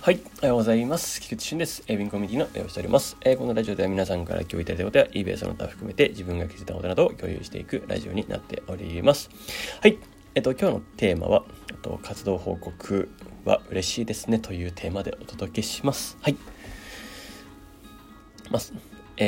はい、おはようございます。菊池俊です。ウィンコミュニティの運営をしております。このラジオでは皆さんから共有いただいたことや eBay その他含めて自分が気づいたことなどを共有していくラジオになっております。はい、今日のテーマは活動報告は嬉しいですねというテーマでお届けします。はい。まず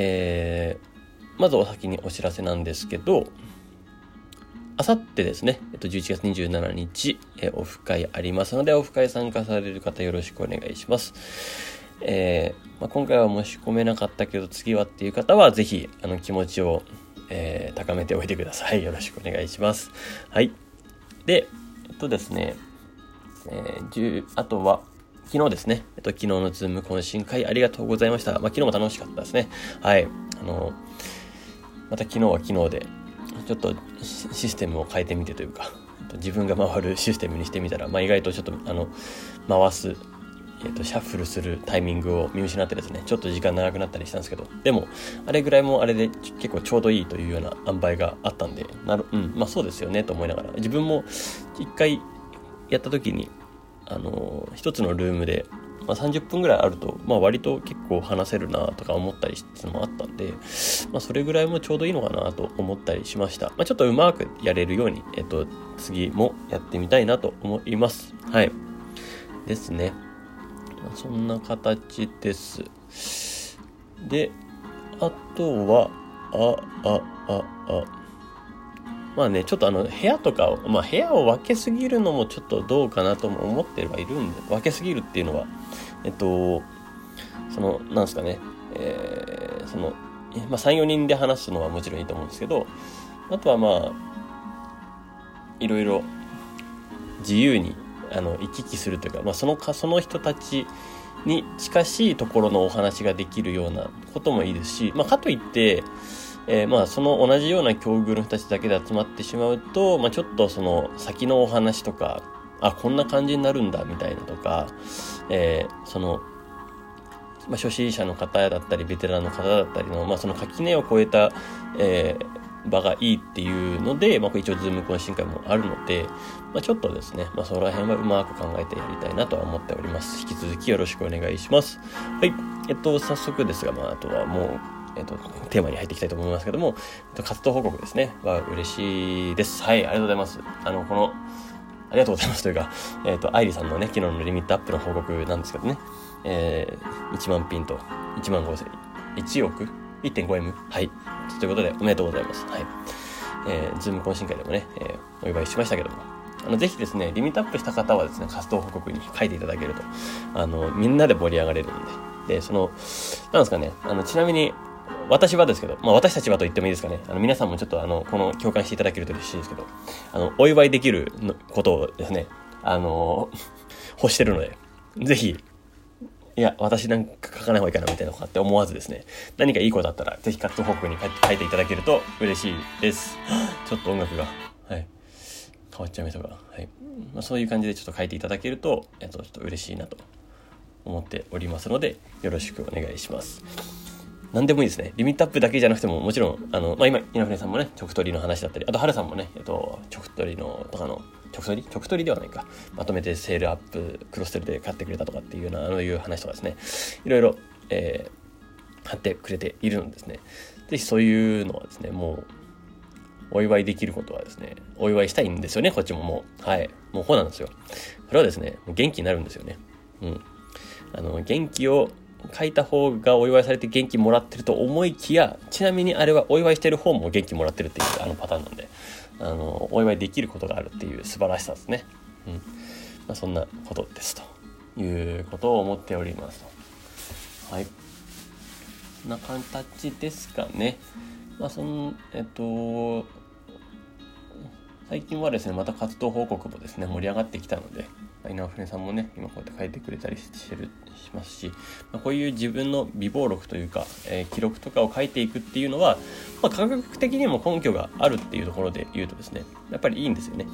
お先にお知らせなんですけど、あさってですね、11月27日、オフ会ありますので、オフ会参加される方よろしくお願いします。今回は申し込めなかったけど次はっていう方はぜひ気持ちを、高めておいてください。よろしくお願いします。はい。で、ですね、あとは昨日ですね、昨日のズーム懇親会ありがとうございました。昨日も楽しかったですね。はい。また昨日は昨日でちょっとシステムを変えてみてというか、自分が回るシステムにしてみたら、意外とちょっと回す、シャッフルするタイミングを見失ってですね、ちょっと時間長くなったりしたんですけど、でもあれぐらいもあれで結構ちょうどいいというような塩梅があったんで、そうですよねと思いながら、自分も一回やった時に一つのルームで30分ぐらいあると、割と結構話せるなとか思ったりしたのもあったんで、それぐらいもちょうどいいのかなと思ったりしました。ちょっとうまくやれるように、次もやってみたいなと思います。はい。ですね。そんな形です。で、あとは、ちょっと部屋とかを、部屋を分けすぎるのもちょっとどうかなとも思ってはいるんで、分けすぎるっていうのは、なんですかね、3、4人で話すのはもちろんいいと思うんですけど、あとはいろいろ自由に行き来するというか、その人たちに近しいところのお話ができるようなこともいいですし、かといってその同じような境遇の人たちだけで集まってしまうと、ちょっとその先のお話とか、こんな感じになるんだみたいなとか、初心者の方だったりベテランの方だったりの、その垣根を越えた、場がいいっていうので、一応ズーム懇親会もあるので、ちょっとですね、その辺はうまく考えてやりたいなとは思っております。引き続きよろしくお願いします。はい。早速ですが、あとはもうテーマに入っていきたいと思いますけども、活動報告ですねは嬉しいです。はい、ありがとうございます。ありがとうございますというか、愛理さんのね、昨日のリミットアップの報告なんですけどね、1万ピンと1万5000、1億 1.5M、 はい、ということでおめでとうございます。はい。ズーム懇親会でもね、お祝いしましたけども、ぜひですね、リミットアップした方はですね、活動報告に書いていただけると、みんなで盛り上がれるんで、なんですかね、ちなみに、私はですけど、私たちはと言ってもいいですかね。皆さんもちょっとこの共感していただけると嬉しいですけど、お祝いできることをですね、欲してるので、ぜひ、いや、私なんか書かない方がいいかなみたいなことって思わずですね、何かいいことだったら、ぜひ活動報告に書いていただけると嬉しいです。ちょっと音楽が、はい、変わっちゃいましたが、はい。そういう感じでちょっと書いていただけると、ちょっと嬉しいなと思っておりますので、よろしくお願いします。何でもいいですね。リミットアップだけじゃなくても、もちろん、今、稲船さんもね、直取りの話だったり、あと、春さんもね、直取りの、とかの、直取りではないか。まとめてセールアップ、クロスセルで買ってくれたとかっていうような、いう話とかですね。いろいろ、貼ってくれているのですね。ぜひそういうのはですね、もう、お祝いできることはですね、お祝いしたいんですよね、こっちももう。はい。もうこうなんですよ。それはですね、元気になるんですよね。元気を、書いた方がお祝いされて元気もらってると思いきや、ちなみにあれはお祝いしてる方も元気もらってるっていうパターンなんで、お祝いできることがあるっていう素晴らしさですね。そんなことですということを思っておりますと。はい。こんな形ですかね。最近はですね、また活動報告もですね、盛り上がってきたので、稲船さんもね、今こうやって書いてくれたりしますし、こういう自分の備忘録というか、記録とかを書いていくっていうのは、科学的にも根拠があるっていうところで言うとですね、やっぱりいいんですよね。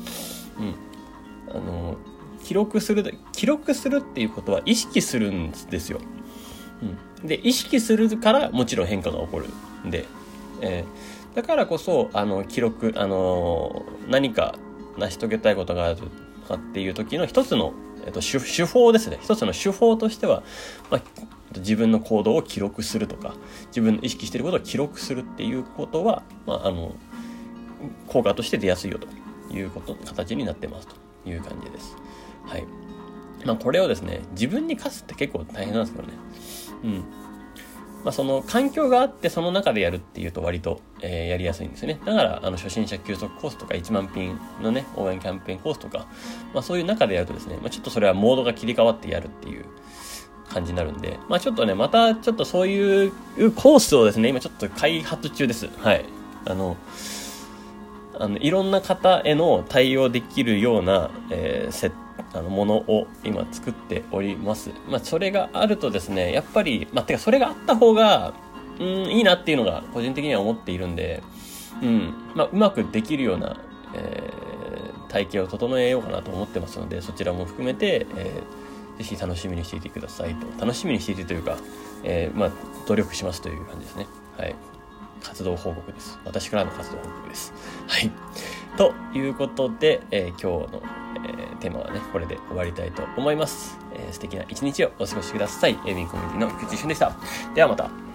記録するっていうことは意識するんですよ。で、意識するからもちろん変化が起こるんで、だからこそ記録何か成し遂げたいことがあるかっていう時の一つの、 手法ですね。一つの手法としては、自分の行動を記録するとか、自分の意識していることを記録するっていうことは、効果として出やすいよという形になってますという感じです。はい。これをですね、自分に課すって結構大変なんですけどね。その環境があってその中でやるっていうと割と、やりやすいんですよね。だから初心者休息コースとか1万品のね応援キャンペーンコースとか、そういう中でやるとですね、ちょっとそれはモードが切り替わってやるっていう感じになるんで、ちょっとねまたちょっとそういうコースをですね今ちょっと開発中です。はい。いろんな方への対応できるような、ものを今作っております。それがあるとですね、やっぱり、それがあった方が、いいなっていうのが個人的には思っているんで、うまくできるような、体系を整えようかなと思ってますので、そちらも含めて、ぜひ楽しみにしていてくださいと。楽しみにしていてというか、努力しますという感じですね。はい。活動報告です。私からの活動報告です。はい。ということで、今日の、テーマはね、これで終わりたいと思います。素敵な一日をお過ごしください。ウィンコミュニティの菊池俊でした。ではまた。